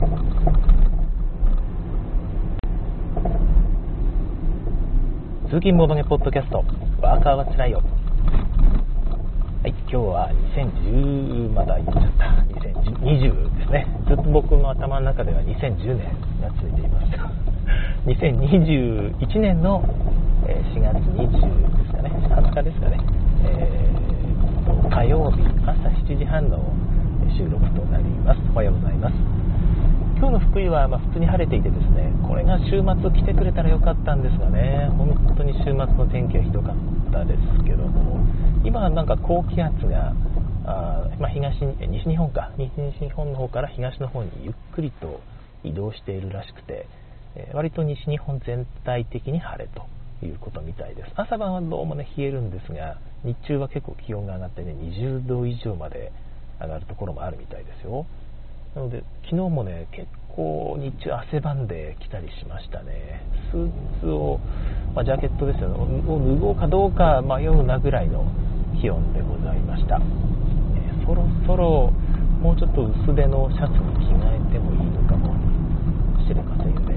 通勤ボードゲポッドキャスト、ワーカーはつらいよ。はい、今日は2010、まだ言っちゃった、2020ですね。ずっと僕の頭の中では2010年が続いています。2021年の4月20ですかね、20日ですかね、火曜日朝7時半の収録となります。おはようございます。今日の福井は普通に晴れていてですね、これが週末来てくれたらよかったんですがね、本当に週末の天気はひどかったですけども、今なんか高気圧が西日本の方から東の方にゆっくりと移動しているらしくて、割と西日本全体的に晴れということみたいです。朝晩はどうもね冷えるんですが、日中は結構気温が上がってね、20度以上まで上がるところもあるみたいですよ。なので昨日もね結構日中汗ばんできたりしましたね。スーツを、ジャケットですよね、を脱ごうかどうか迷うなぐらいの気温でございました。そろそろもうちょっと薄手のシャツに着替えてもいいのかもしれませんよね。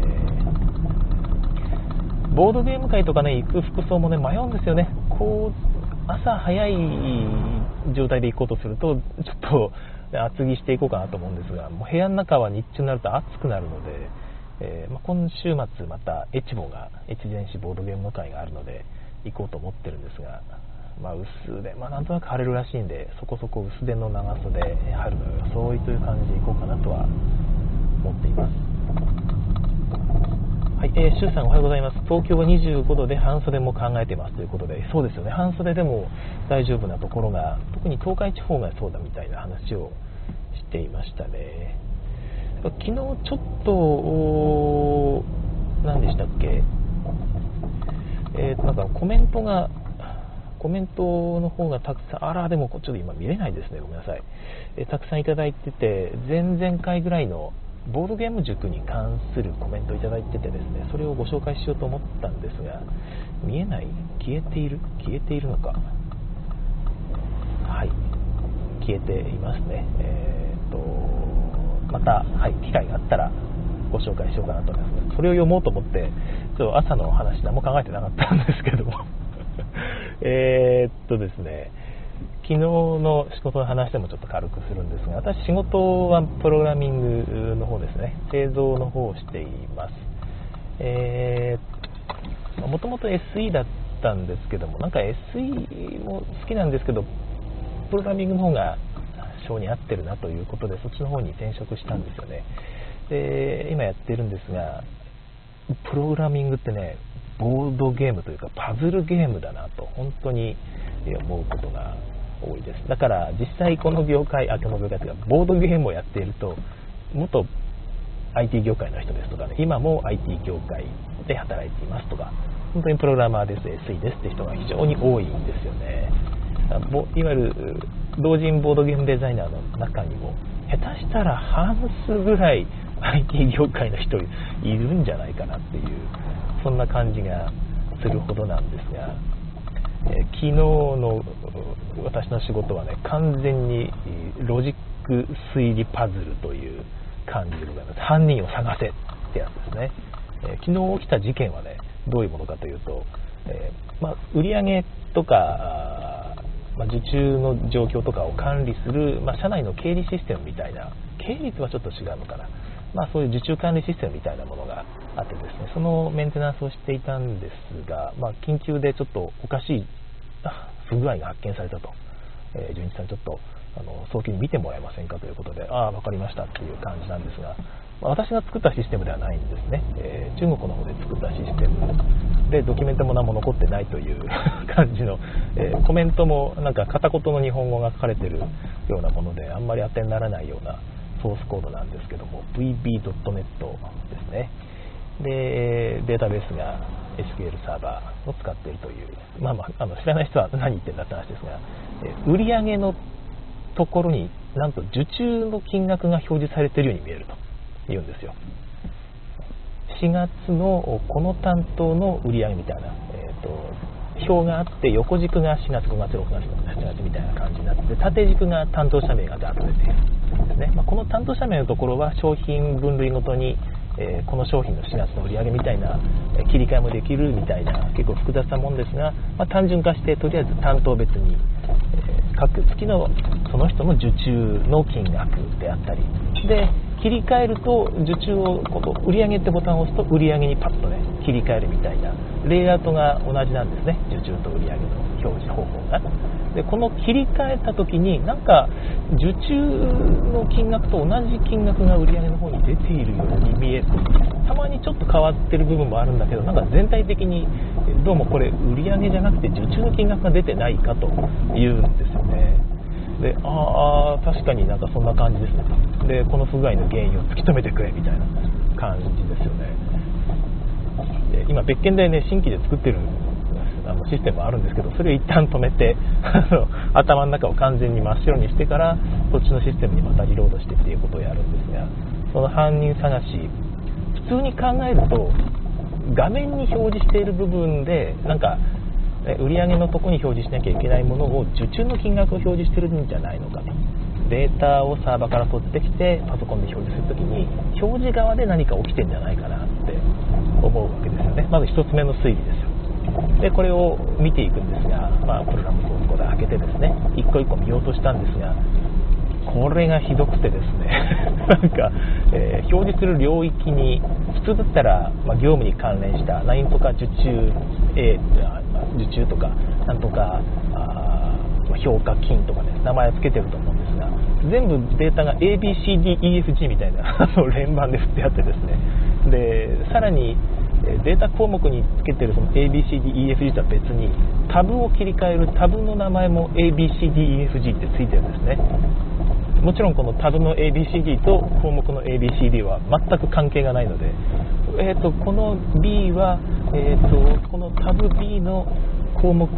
ボードゲーム会とかね行く服装もね迷うんですよね。こう朝早い状態で行こうとするとちょっと厚着していこうかなと思うんですが、もう部屋の中は日中になると暑くなるので、今週末また越前市ボードゲームの会があるので行こうと思ってるんですが、薄手、なんとなく晴れるらしいんで、そこそこ薄手の長袖、春の装いという感じで行こうかなとは思っています。はい、周さんおはようございます。東京は25度で半袖も考えてますということで、そうですよね、半袖でも大丈夫なところが、特に東海地方がそうだみたいな話をしていましたね。昨日ちょっと何でしたっけ、なんかコメントの方がたくさん、でもちょっと今見れないですね、ごめんなさい。たくさんいただいてて、前々回ぐらいのボードゲーム塾に関するコメントをいただいててですね、それをご紹介しようと思ったんですが、見えない、消えているのか、はい、消えていますね。また、機会があったらご紹介しようかなと思います。それを読もうと思ってちょっと朝の話何も考えてなかったんですけどもですね、昨日の仕事の話でもちょっと軽くするんですが、私仕事はプログラミングの方ですね、製造の方をしています。もともと SE だったんですけども、なんか SE も好きなんですけど、プログラミングの方が性に合ってるなということで、そっちの方に転職したんですよね。で、今やってるんですが、プログラミングってね、ボードゲームというかパズルゲームだなと本当に思うことが多いです。だから実際この業界というかボードゲームをやっていると、元 IT 業界の人ですとかね、今も IT 業界で働いていますとか、本当にプログラマーです、SE ですって人が非常に多いんですよね。いわゆる同人ボードゲームデザイナーの中にも下手したら半数ぐらい IT 業界の人いるんじゃないかなっていう、そんな感じがするほどなんですが、昨日の私の仕事はね、完全にロジック推理パズルという感じでございます。犯人を探せってやつですね。昨日起きた事件はね、どういうものかというと、売上とか受注の状況とかを管理する、社内の経理システムみたいな、経理とはちょっと違うのかな、そういう受注管理システムみたいなものがあってですね、そのメンテナンスをしていたんですが、緊急でちょっとおかしい不具合が発見されたと、純一さんちょっと早期に見てもらえませんかということで、分かりましたっていう感じなんですが、私が作ったシステムではないんですね。中国の方で作ったシステムで、ドキュメントも何も残ってないという感じの、コメントもなんか片言の日本語が書かれているようなもので、あんまり当てにならないようなソースコードなんですけども、VB.net ですね。で、データベースが SQL サーバーを使っているという、知らない人は何言ってんだって話ですが、売上のところになんと受注の金額が表示されているように見えると言うんですよ。4月のこの担当の売上みたいな、 表があって、横軸が4月5月6月7月みたいな感じになって、縦軸が担当者名がダーッと出ているんですね。この担当者名のところは商品分類ごとに、この商品の4月の売り上げみたいな切り替えもできるみたいな結構複雑なもんですが、単純化してとりあえず担当別に、各月のその人の受注の金額であったりで、切り替えると受注を売上ってボタンを押すと売上にパッとね切り替えるみたいなレイアウトが同じなんですね。受注と売上の表示方法が。でこの切り替えた時になんか受注の金額と同じ金額が売上の方に出ているように見える。たまにちょっと変わってる部分もあるんだけど、なんか全体的にどうもこれ売上じゃなくて受注の金額が出てないかというんですよね。で確かになんかそんな感じですね。でこの不具合の原因を突き止めてくれみたいな感じですよね。で今別件でね新規で作ってるシステムもあるんですけど、それを一旦止めて頭の中を完全に真っ白にしてからそっちのシステムにまたリロードしてっていうことをやるんですが、その犯人探し普通に考えると画面に表示している部分でなんか売上のとこに表示しなきゃいけないものを受注の金額を表示してるんじゃないのかと。データをサーバーから取ってきてパソコンで表示するときに表示側で何か起きてんじゃないかなって思うわけですよね。まず1つ目の推理ですよ。でこれを見ていくんですが、プログラムソースコード開けてですね一個一個見ようとしたんですが、これがひどくてですねなんか、表示する領域に普通だったら、業務に関連した何とか受注 A 受注とかなんとか評価金とかね名前を付けてると思うんですが、全部データが ABCDEFG みたいな連番で振ってあってですね、でさらにデータ項目につけてるその ABCDEFG とは別にタブを切り替えるタブの名前も ABCDEFG ってついてるんですね。もちろんこのタブの ABCD と項目の ABCD は全く関係がないので、この B は、このタブ B の項目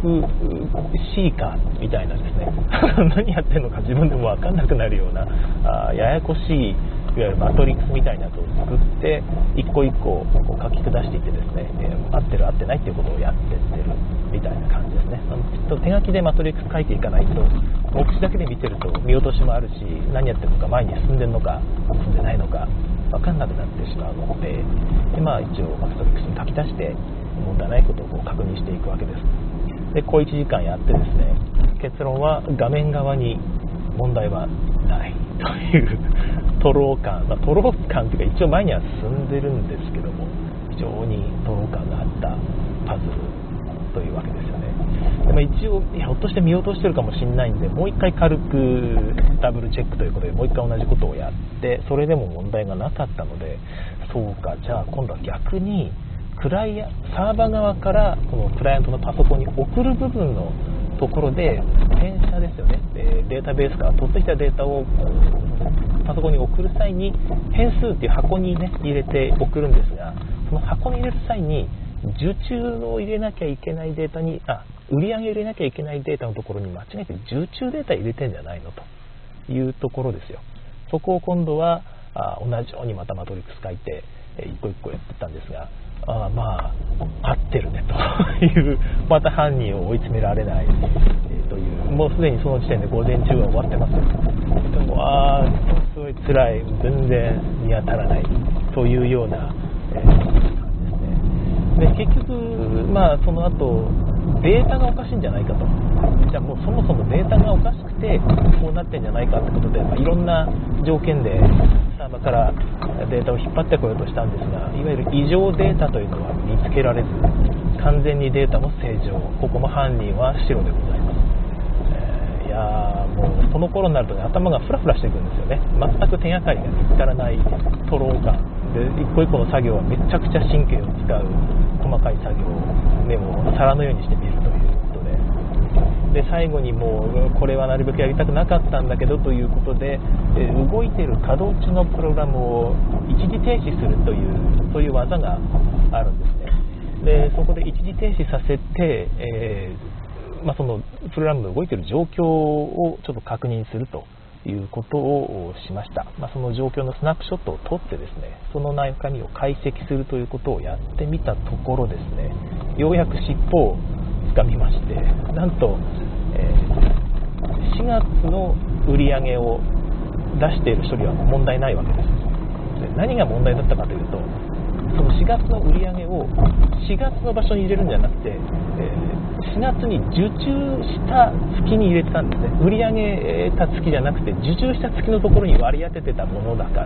C かみたいなですね何やってるのか自分でも分かんなくなるようなややこしいいわゆるマトリックスみたいなやつを作って一個一個書き下していってですね、合ってる合ってないっていうことをやってってるみたいな感じですね。手書きでマトリックス書いていかないと目視だけで見てると見落としもあるし、何やってるのか前に進んでるのか進んでないのか分かんなくなってしまうので、一応マトリックスに書き出して問題ないことを確認していくわけです。で小1時間やってですね、結論は画面側に問題はないというとろう感、とろう感というか一応前には進んでるんですけども、非常にとろう感があったパズルというわけですよね。でも一応ひょっとして見落としてるかもしれないんで、もう一回軽くダブルチェックということでもう一回同じことをやって、それでも問題がなかったので、そうかじゃあ今度は逆にサーバー側からこのクライアントのパソコンに送る部分のところで転写ですよね、データベースから取ってきたデータをパソコンに送る際に変数っていう箱にね入れて送るんですが、その箱に入れる際に受注を入れなきゃいけないデータに売り上げ入れなきゃいけないデータのところに間違えて受注データ入れてんじゃないのというところですよ。そこを今度は同じようにまたマトリックス書いて一個一個やってったんですが、合ってるねというまた犯人を追い詰められない、というもうすでにその時点で午前中は終わってます。でもすごい辛い、全然見当たらないというような、感じですね。で結局その後データがおかしいんじゃないかと、じゃあもうそもそもデータがおかしくてこうなってんじゃないかってことで、いろんな条件でサーバーからデータを引っ張ってこようとしたんですが、いわゆる異常データというのは見つけられず、完全にデータも正常、ここも犯人は白でございます。いやもうその頃になるとね、頭がフラフラしていくんですよね。全く手がかりが見つからないとろう感で、一個一個の作業はめちゃくちゃ神経を使う細かい作業をでも皿のようにしてみるということで、最後にもうこれはなるべくやりたくなかったんだけどということで、動いている稼働中のプログラムを一時停止するというそういう技があるんですね。でそこで一時停止させて、そのプログラムの動いている状況をちょっと確認するということをしました。その状況のスナップショットを撮ってですね、その中身を解析するということをやってみたところですね、ようやく尻尾をつかみまして、なんと、4月の売り上げを出している処理は問題ないわけです。で、何が問題だったかというと、その4月の売り上げを4月の場所に入れるんじゃなくて、4月に受注した月に入れてたんですね。売り上げた月じゃなくて受注した月のところに割り当ててたものだから、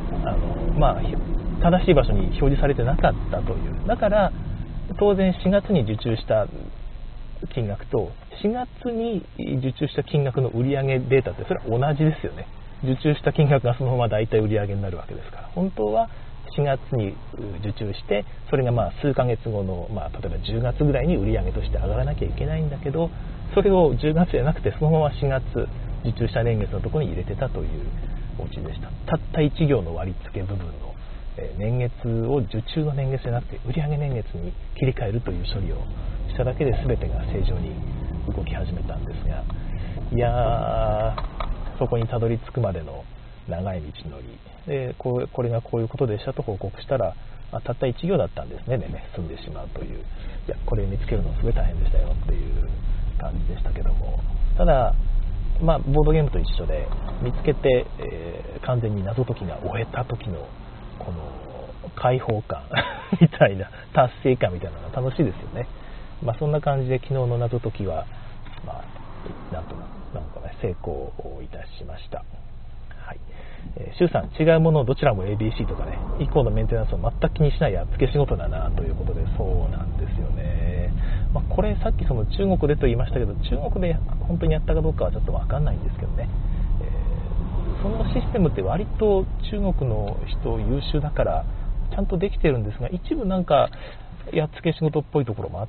正しい場所に表示されてなかったという。だから当然4月に受注した金額と4月に受注した金額の売上データってそれは同じですよね。受注した金額がそのまま大体売上になるわけですから、本当は4月に受注してそれが数ヶ月後の、例えば10月ぐらいに売上として上がらなきゃいけないんだけど、それを10月じゃなくてそのまま4月受注した年月のところに入れてたというお家でした。たった1行の割り付け部分の年月を受注の年月じゃなくて売上年月に切り替えるという処理をしただけで全てが正常に動き始めたんですが、いやー、そこにたどり着くまでの長い道のりで、これがこういうことでしたと報告したら、たった1行だったんですねでね、済んでしまうという、いやこれ見つけるのすごい大変でしたよっていう感じでしたけども、ただボードゲームと一緒で見つけて、完全に謎解きが終えた時のこの解放感みたいな、達成感みたいなのが楽しいですよね。そんな感じで昨日の謎解きは、なんかね、成功いたしました。はい。シュウさん、違うものをどちらも ABC とかね、以降のメンテナンスを全く気にしないやっつけ仕事だなということで、そうなんですよね。これさっきその中国でと言いましたけど、中国で本当にやったかどうかはちょっと分かんないんですけどね。そのシステムって割と中国の人優秀だからちゃんとできてるんですが、一部なんかやっつけ仕事っぽいところもあって、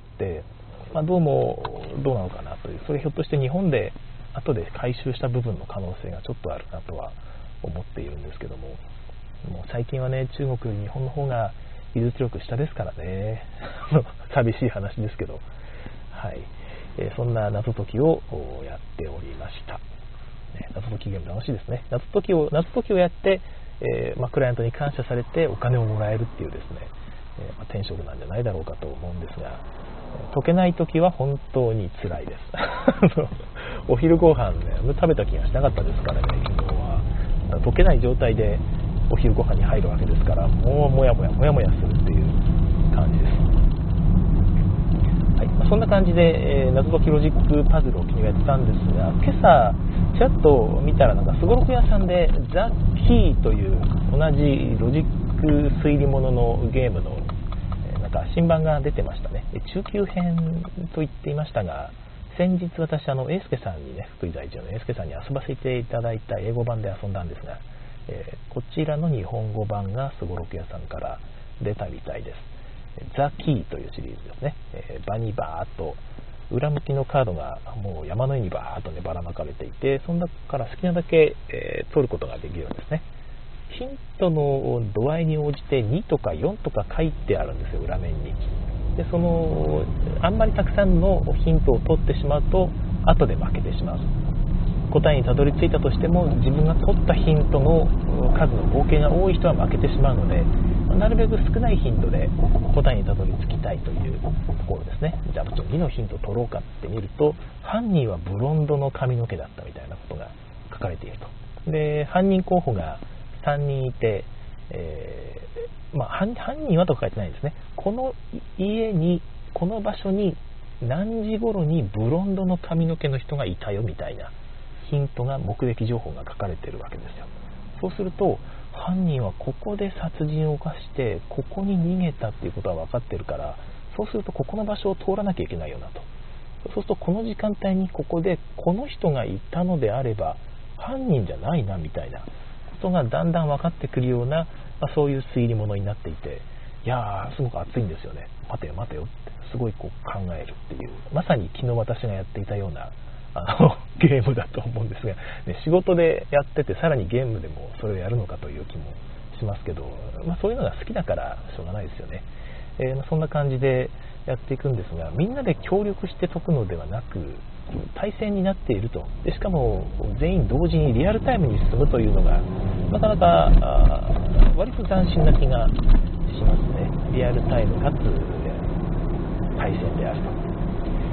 どうもどうなのかなという、それひょっとして日本で後で回収した部分の可能性がちょっとあるなとは思っているんですけども、もう最近はね、中国より日本の方が技術力下ですからね寂しい話ですけど、はい、そんな謎解きをやっておりました。謎解きゲーム楽しいですね。謎解きをやって、クライアントに感謝されてお金をもらえるっていうですね、天職なんじゃないだろうかと思うんですが、解けない時は本当に辛いですお昼ご飯ね、食べた気がしなかったですからね、昨日は。解けない状態でお昼ご飯に入るわけですから、もうもやもやするっていう感じです。はい、そんな感じで、謎解きロジックパズルを昨日やってたんですが、今朝ちらっと見たらすごろく屋さんでザ・キーという同じロジック推理もののゲームの新版が出てましたね。中級編と言っていましたが、先日私英介さんにね、福井在住の英介さんに遊ばせていただいた英語版で遊んだんですが、こちらの日本語版がすごろく屋さんから出たみたいです。ザ・キーというシリーズですね。場にバーっと裏向きのカードがもう山のようにバーっとねばらまかれていて、その中から好きなだけ、取ることができるんですね。ヒントの度合いに応じて2とか4とか書いてあるんですよ、裏面に。であんまりたくさんのヒントを取ってしまうと後で負けてしまう。答えにたどり着いたとしても自分が取ったヒントの数の合計が多い人は負けてしまうので、なるべく少ないヒントで答えにたどり着きたいというところですね。じゃあ2のヒントを取ろうかって見ると、犯人はブロンドの髪の毛だったみたいなことが書かれていると。で犯人候補が3人いて、犯人はと書いてないんですね。この家に、この場所に何時頃にブロンドの髪の毛の人がいたよみたいなヒントが、目撃情報が書かれているわけですよ。そうすると犯人はここで殺人を犯してここに逃げたっていうことは分かってるから、そうするとここの場所を通らなきゃいけないよなと。そうするとこの時間帯にここでこの人がいたのであれば犯人じゃないなみたいなことがだんだん分かってくるような、そういう推理物になっていて、いやーすごく熱いんですよね。待てよってすごい考えるっていう、まさに昨日私がやっていたようなゲームだと思うんですが、仕事でやっててさらにゲームでもそれをやるのかという気もしますけど、そういうのが好きだからしょうがないですよね。そんな感じでやっていくんですが、みんなで協力して解くのではなく対戦になっていると。でしかも全員同時にリアルタイムに進むというのがなかなか割と斬新な気がしますね。リアルタイムかつ対戦であると。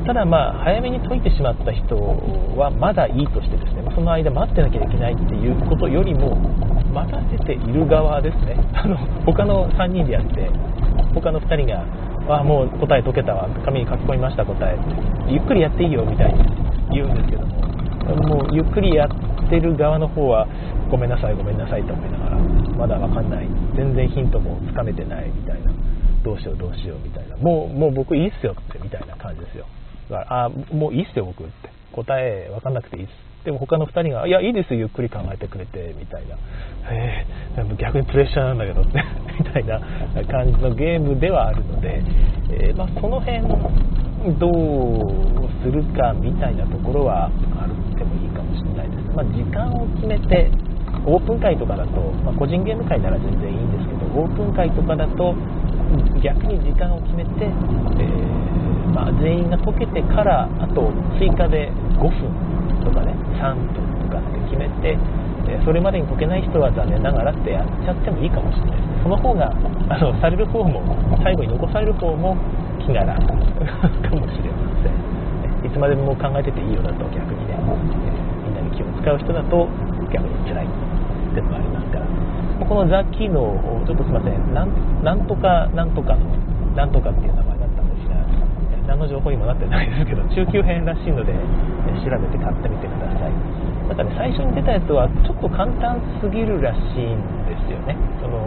ただ早めに解いてしまった人はまだいいとしてですね、その間待ってなきゃいけないっていうことよりも、待たせている側ですね、他の3人でやって他の2人がもう答え解けたわ、紙に書き込みました答えって、ゆっくりやっていいよみたいに言うんですけども、もうゆっくりやってる側の方はごめんなさいごめんなさいと思いながら、まだ分かんない、全然ヒントもつかめてないみたいな、どうしようどうしようみたいな、もう僕いいっすよってみたいな感じですよ。だからもういいっすよ僕って、答え分かんなくていいっす。でも他の2人がいやいいですよゆっくり考えてくれてみたいな、逆にプレッシャーなんだけどってみたいな感じのゲームではあるので、その辺どうするかみたいなところはあってもいいかもしれないです。時間を決めてオープン会とかだと、個人ゲーム会なら全然いいんですけど、オープン会とかだと逆に時間を決めて、全員が解けてからあと追加で5分とかね3分とかって決めて、それまでに解けない人は残念ながらってやっちゃってもいいかもしれないですね。その方がされる方も最後に残される方も気が楽かもしれません。いつまでも考えてていいよだと逆にね、みんなに気を使う人だと逆に辛いっていうのがありますから、このザ・キーのちょっとすいません、なんとかなんとかのなんとかっていう名前だったんですが、何の情報にもなってないですけど中級編らしいので調べて買ってみてください。なんかね、最初に出たやつはちょっと簡単すぎるらしいんですよね。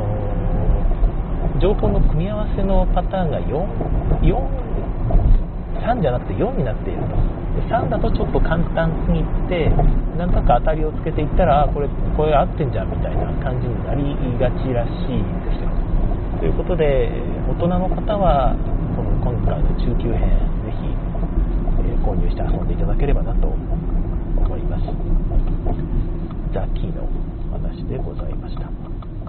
情報の組み合わせのパターンが3じゃなくて4になっていると。3だとちょっと簡単すぎて、なんとか当たりをつけていったらこれ合ってんじゃんみたいな感じになりがちらしいんですよ。ということで大人の方は今回の中級編ぜひ購入して遊んでいただければなと思います。ザ・キーの話でございました。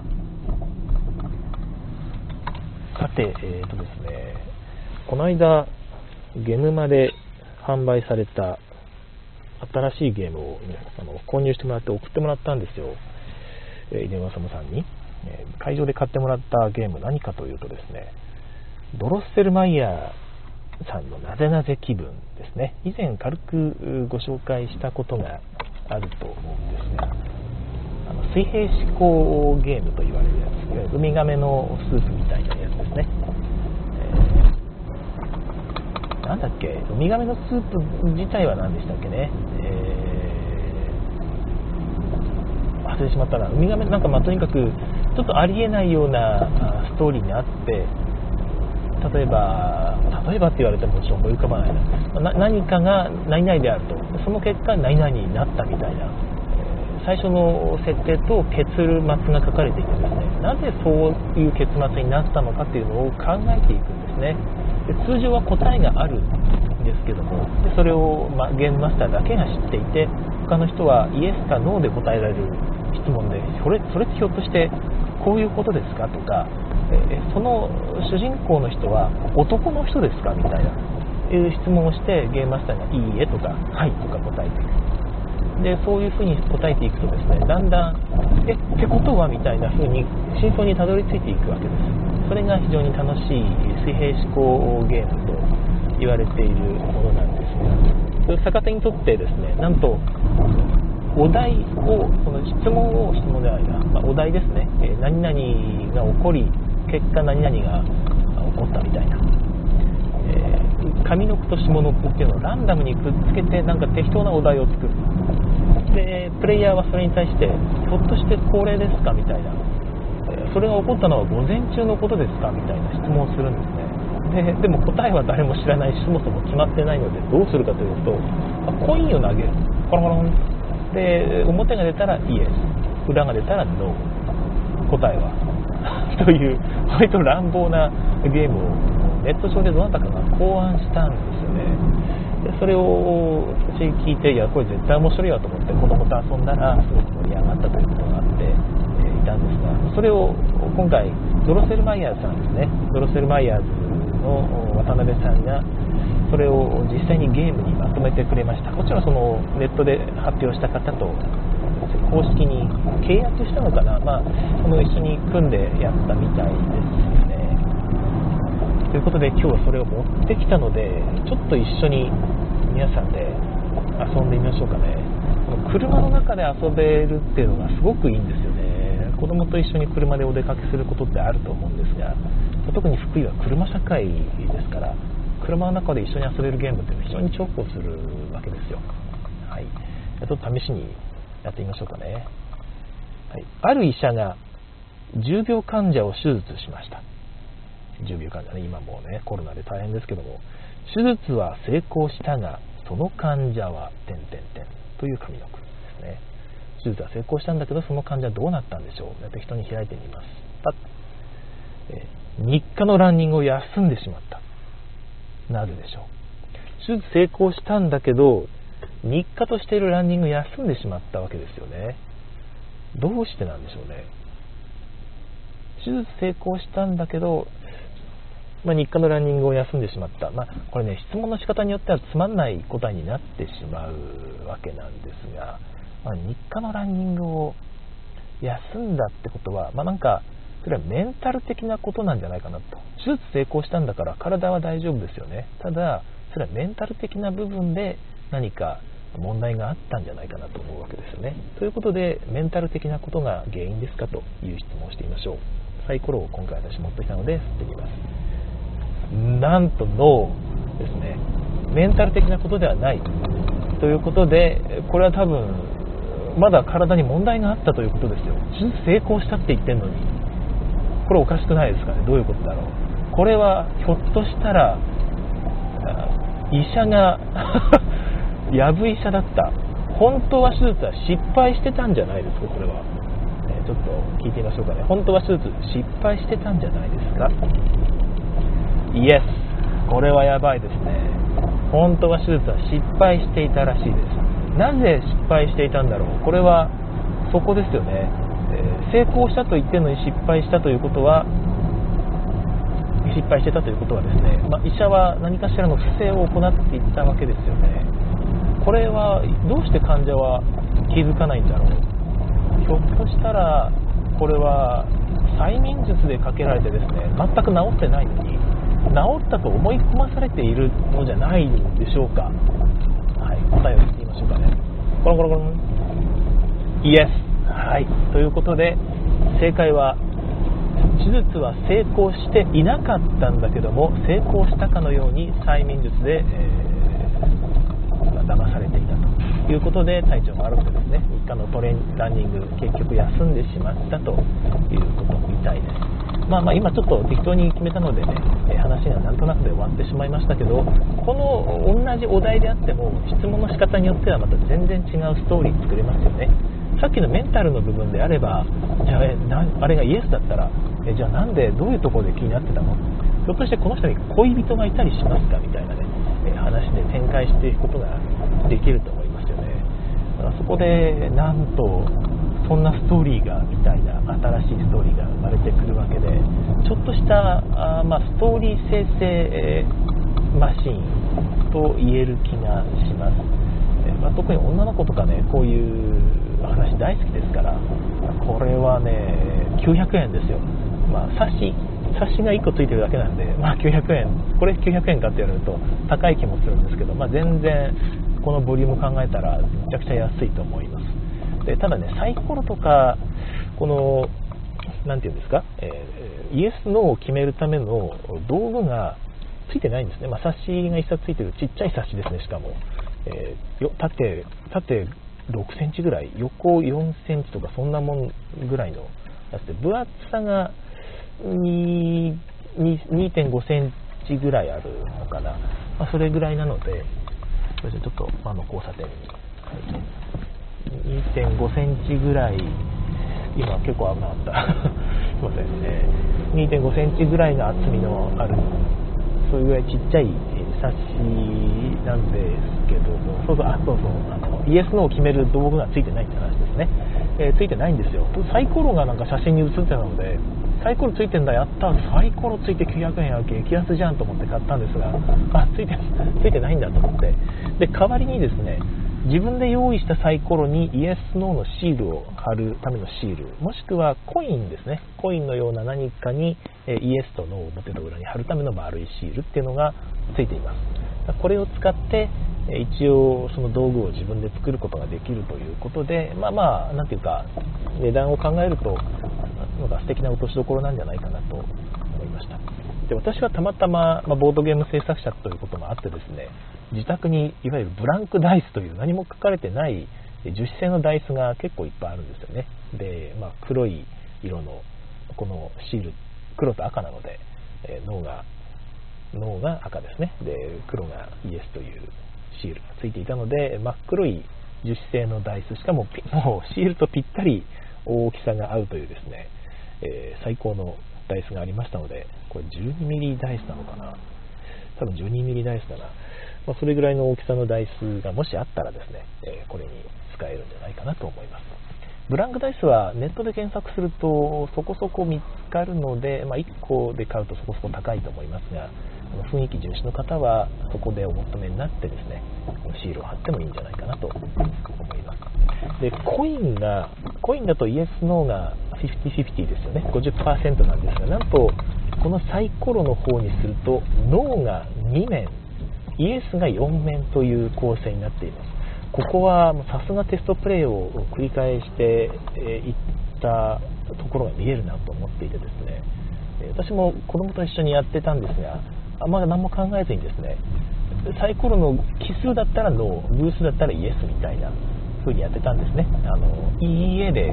さて、ですね、この間ゲムマで販売された新しいゲームを、ね、購入してもらって送ってもらったんですよ、井上治さんに。会場で買ってもらったゲーム何かというとですね、ドロッセルマイヤーさんのなぜなぜ気分ですね。以前軽くご紹介したことがあると思うんですが、水平思考ゲームと言われるやつ、いわゆるウミガメのスープみたいなやつですね。なんだっけ、ウミガメのスープ自体は何でしたっけね、忘れてしまったな。ウミガメなんかとにかくちょっとありえないようなストーリーにあって、例えばって言われてもちょっと思い浮かばないな。何かが何々であると、その結果何々になったみたいな、最初の設定と結末が書かれていてですね、なぜそういう結末になったのかっていうのを考えていくんですね。で通常は答えがあるんですけども、でそれを、ゲームマスターだけが知っていて、他の人はイエスかノーで答えられる質問で、それってひょっとしてこういうことですかとか、その主人公の人は男の人ですかみたいないう質問をして、ゲームマスターがいいえとかはいとか答えていく。でそういうふうに答えていくとですね、だんだんってことはみたいなふうに真相にたどり着いていくわけです。それが非常に楽しい水平思考ゲームと言われているものなんですが、逆手にとってですね、なんとお題を、その質問ではないな、お題ですね、何々が起こり結果何々が起こったみたいな、上の句と下の句っていうのをランダムにくっつけてなんか適当なお題を作る。でプレイヤーはそれに対してひょっとしてこれですかみたいな、それが起こったのは午前中のことですかみたいな質問をするんですね。でも答えは誰も知らないし、そもそも決まってないのでどうするかというと、コインを投げる。コロコロンで表が出たらイエス、裏が出たらノー、答えはという割と乱暴なゲームをネット上でどなたかが考案したんですよね。でそれを私聞いて、いやこれ絶対面白いわと思って子供と遊んだらすごく盛り上がったということがあっていたんですが、それを今回ドロセルマイヤーさんですね、ドロセルマイヤーズの渡辺さんがそれを実際にゲームにまとめてくれました。もちろんそのネットで発表した方と公式に契約したのかな、その一緒に組んでやったみたいですね。 ということで今日はそれを持ってきたので、ちょっと一緒に皆さんで遊んでみましょうかね。車の中で遊べるっていうのがすごくいいんですよね。子供と一緒に車でお出かけすることってあると思うんですが、特に福井は車社会ですから、車の中で一緒に遊べるゲームっていうのは非常に重宝するわけですよ。はい、ちょっと試しにやってみましょうかね。はい、ある医者が重病患者を手術しました。重病患者ね、今もうねコロナで大変ですけども、手術は成功したがその患者はという上の句ですね。手術は成功したんだけどその患者はどうなったんでしょう。適当に開いてみます。日課のランニングを休んでしまった。なぜでしょう。手術成功したんだけど日課としているランニングを休んでしまったわけですよね。どうしてなんでしょうね。手術成功したんだけど、日課のランニングを休んでしまった。これね、質問の仕方によってはつまんない答えになってしまうわけなんですが、日課のランニングを休んだってことは、それはメンタル的なことなんじゃないかなと。手術成功したんだから体は大丈夫ですよね。ただそれはメンタル的な部分で何か問題があったんじゃないかなと思うわけですよね。ということで、メンタル的なことが原因ですかという質問をしてみましょう。サイコロを今回私持ってきたので振ってみます。なんとノーですね。メンタル的なことではないということで、これは多分まだ体に問題があったということですよ。手術成功したって言ってるのに、これおかしくないですかね。どういうことだろう。これはひょっとしたら医者がやぶ医者だった。本当は手術は失敗してたんじゃないですか。これは、ちょっと聞いてみましょうかね。本当は手術失敗してたんじゃないですか。イエス。これはやばいですね。本当は手術は失敗していたらしいです。なぜ失敗していたんだろう。これはそこですよね。成功したと言ってるのに失敗したということは、失敗してたということはですね、医者は何かしらの不正を行っていったわけですよね。これはどうして患者は気づかないんだろう。ひょっとしたらこれは催眠術でかけられてですね、全く治ってないのに治ったと思い込まされているのじゃないでしょうか。はい、答えを言ってみましょうかね。コロンコロンコロン。イエス。はい、ということで正解は、手術は成功していなかったんだけども成功したかのように催眠術で、騙されていたということで、体調が悪くてですね、日課のランニング結局休んでしまったということみたいです。今ちょっと適当に決めたのでね、話がなんとなくで終わってしまいましたけど、この同じお題であっても質問の仕方によってはまた全然違うストーリー作れますよね。さっきのメンタルの部分であれば、じゃあ、あれがイエスだったら、じゃあなんでどういうところで気になってたの、ひょっとしてこの人に恋人がいたりしますかみたいなね、話で展開していくことができると思いますよね。だからそこでなんとそんなストーリーがみたいな新しいストーリーが生まれてくるわけで、ちょっとしたストーリー生成マシーンと言える気がします。特に女の子とかね、こういう話大好きですから、これはね900円ですよ。冊子が1個ついてるだけなんで、900円、これ900円かって言われると高い気もするんですけど、全然このボリューム考えたらめちゃくちゃ安いと思います。でただね、サイコロとかこのなんていうんですか、イエスノーを決めるための道具がついてないんですね。冊子が1冊ついてるちっちゃい冊子ですね。しかも、縦6センチぐらい、横4センチとかそんなもんぐらいのやつで、分厚さが2.5 センチぐらいあるのかな、それぐらいなので、それでちょっと交差点に、2.5 センチぐらい、今結構危なかったすいませんね、2.5 センチぐらいの厚みのある、そういうぐらいちっちゃい冊子なんですけども、イエスノーを決める道具がついてないって話ですね。ついてないんですよ。サイコロがなんか写真に写ってたので、サイコロついてんだ、やった、サイコロついて900円やけ激安じゃんと思って買ったんですが、ついてないんだと思って、で代わりにですね、 自分で用意したサイコロにイエス・ノーのシールを貼るためのシール、もしくはコインですね、コインのような何かにイエスとノーを表と裏に貼るための丸いシールっていうのがついています。これを使って一応その道具を自分で作ることができるということで、なんていうか値段を考えるとなんか素敵な落としどころなんじゃないかなと思いました。で、私はたまたま、ボードゲーム制作者ということもあってですね、自宅にいわゆるブランクダイスという何も書かれてない樹脂製のダイスが結構いっぱいあるんですよね。で、黒い色のこのシール、黒と赤なので、脳が赤ですね。で、黒がイエスというシールがついていたので、真っ黒い樹脂製のダイス、しかももうシールとぴったり大きさが合うというですね、最高のダイスがありましたので、これ 12mm ダイスなのかな、多分 12mm ダイスだな、それぐらいの大きさのダイスがもしあったらですね、これに使えるんじゃないかなと思います。ブランクダイスはネットで検索するとそこそこ見つかるので、1個で買うとそこそこ高いと思いますが、雰囲気重視の方はそこでお求めになってですね、シールを貼ってもいいんじゃないかなと思います。で、コインだとイエス・ノーが 50/50 ですよね、 50% なんですが、なんとこのサイコロの方にするとノーが2面イエスが4面という構成になっています。ここはさすがテストプレイを繰り返していったところが見えるなと思っていてですね、私も子供と一緒にやってたんですが、まだ何も考えずにですね、サイコロの奇数だったらノー、偶数だったらイエスみたいな風にやってたんですね。いいえで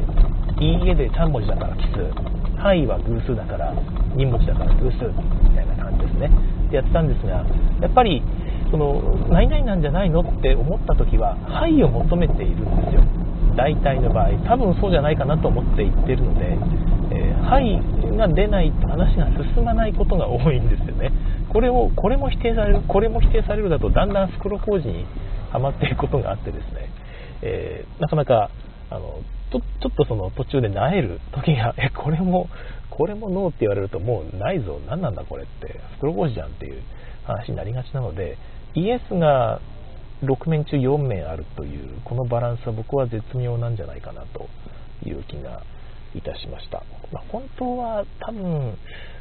3文字だから奇数、はいは偶数だから2文字だから偶数みたいな感じですね。でやってたんですが、やっぱりその何々なんじゃないのって思った時ははいを求めているんですよ。大体の場合、多分そうじゃないかなと思って言ってるので、はいが出ないと話が進まないことが多いんですよね。これも否定される、これも否定されるだとだんだん袋小路にはまっていくことがあってですね、なかなかちょっとその途中で萎える時がこれもノーって言われるともうないぞ、何なんだこれって袋小路じゃんっていう話になりがちなので、イエスが6面中4面あるというこのバランスは僕は絶妙なんじゃないかなという気がいたしました。本当は多分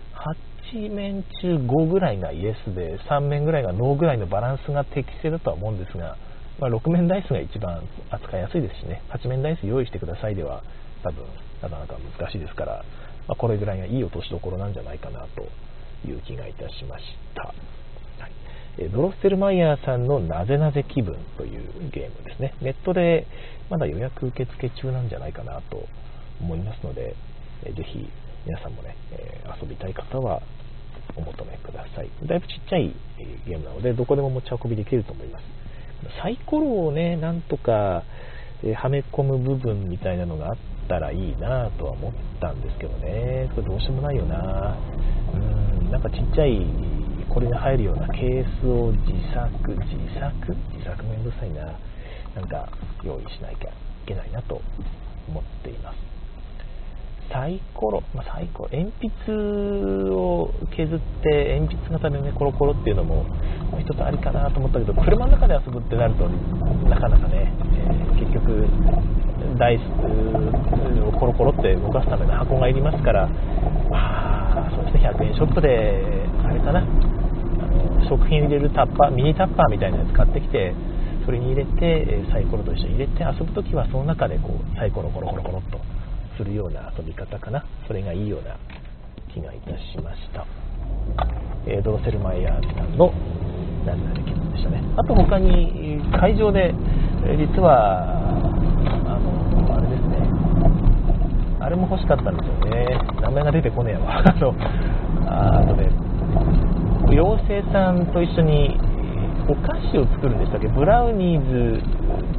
8面中5ぐらいがイエスで3面ぐらいがノーぐらいのバランスが適正だとは思うんですが、6面ダイスが一番扱いやすいですしね、8面ダイス用意してくださいでは多分なかなか難しいですから、これぐらいがいい落としどころなんじゃないかなという気がいたしました。ドロッセルマイヤーさんのなぜなぜ気分というゲームですね。ネットでまだ予約受付中なんじゃないかなと思いますので、ぜひ皆さんもね、遊びたい方はお求めください。だいぶちっちゃいゲームなのでどこでも持ち運びできると思います。サイコロをね、なんとかはめ込む部分みたいなのがあったらいいなとは思ったんですけどね、それどうしようもないよな。なんかちっちゃいこれが入るようなケースを自作めんどくさいな、なんか用意しなきゃいけないなと思っています。サイコロ、鉛筆を削って鉛筆型でねコロコロっていうのも一つありかなと思ったけど、車の中で遊ぶってなるとなかなかね、結局ダイスをコロコロって動かすための箱がいりますから、そうですね、100円ショップであれかな、食品入れるタッパー、ミニタッパーみたいなやつ買ってきて、それに入れてサイコロと一緒に入れて遊ぶときはその中でこうサイコロコロコロコロっとするような遊び方かな。それがいいような気がいたしました。ドロセルマイヤーさんのなぜなぜ気分でしたね。あと他に会場で実はあれですね、あれも欲しかったんですよね。名前が出てこねえわ。あとね、妖精さんと一緒にお菓子を作るんでしたっけ、ブラウニーズ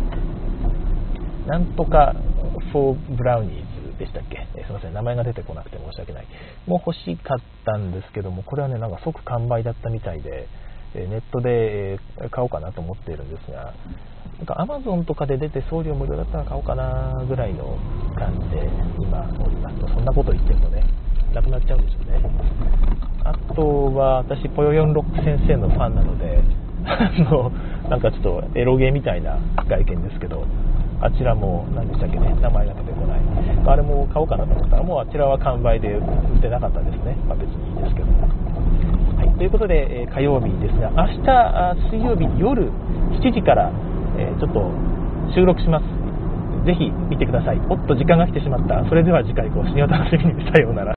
なんとかフォーブラウニーズでしたっけ、すいません、名前が出てこなくて申し訳ない。もう欲しかったんですけども、これはね、なんか即完売だったみたいで、ネットで買おうかなと思っているんですが、なんか Amazon とかで出て送料無料だったら買おうかなぐらいの感じで今おります。そんなこと言ってるとね、なくなっちゃうんですよね。あとは私ぽよ46先生のファンなので、 なんかちょっとエロゲーみたいな外見ですけど、あちらも何でしたっけね、名前が出てこない。あれも買おうかなと思ったら、もうあちらは完売で売ってなかったですね。別にいいですけど。はい、ということで、火曜日ですが、明日水曜日夜7時から、ちょっと収録します。ぜひ見てください。おっと時間が来てしまった。それでは次回更新を楽しみに。さようなら。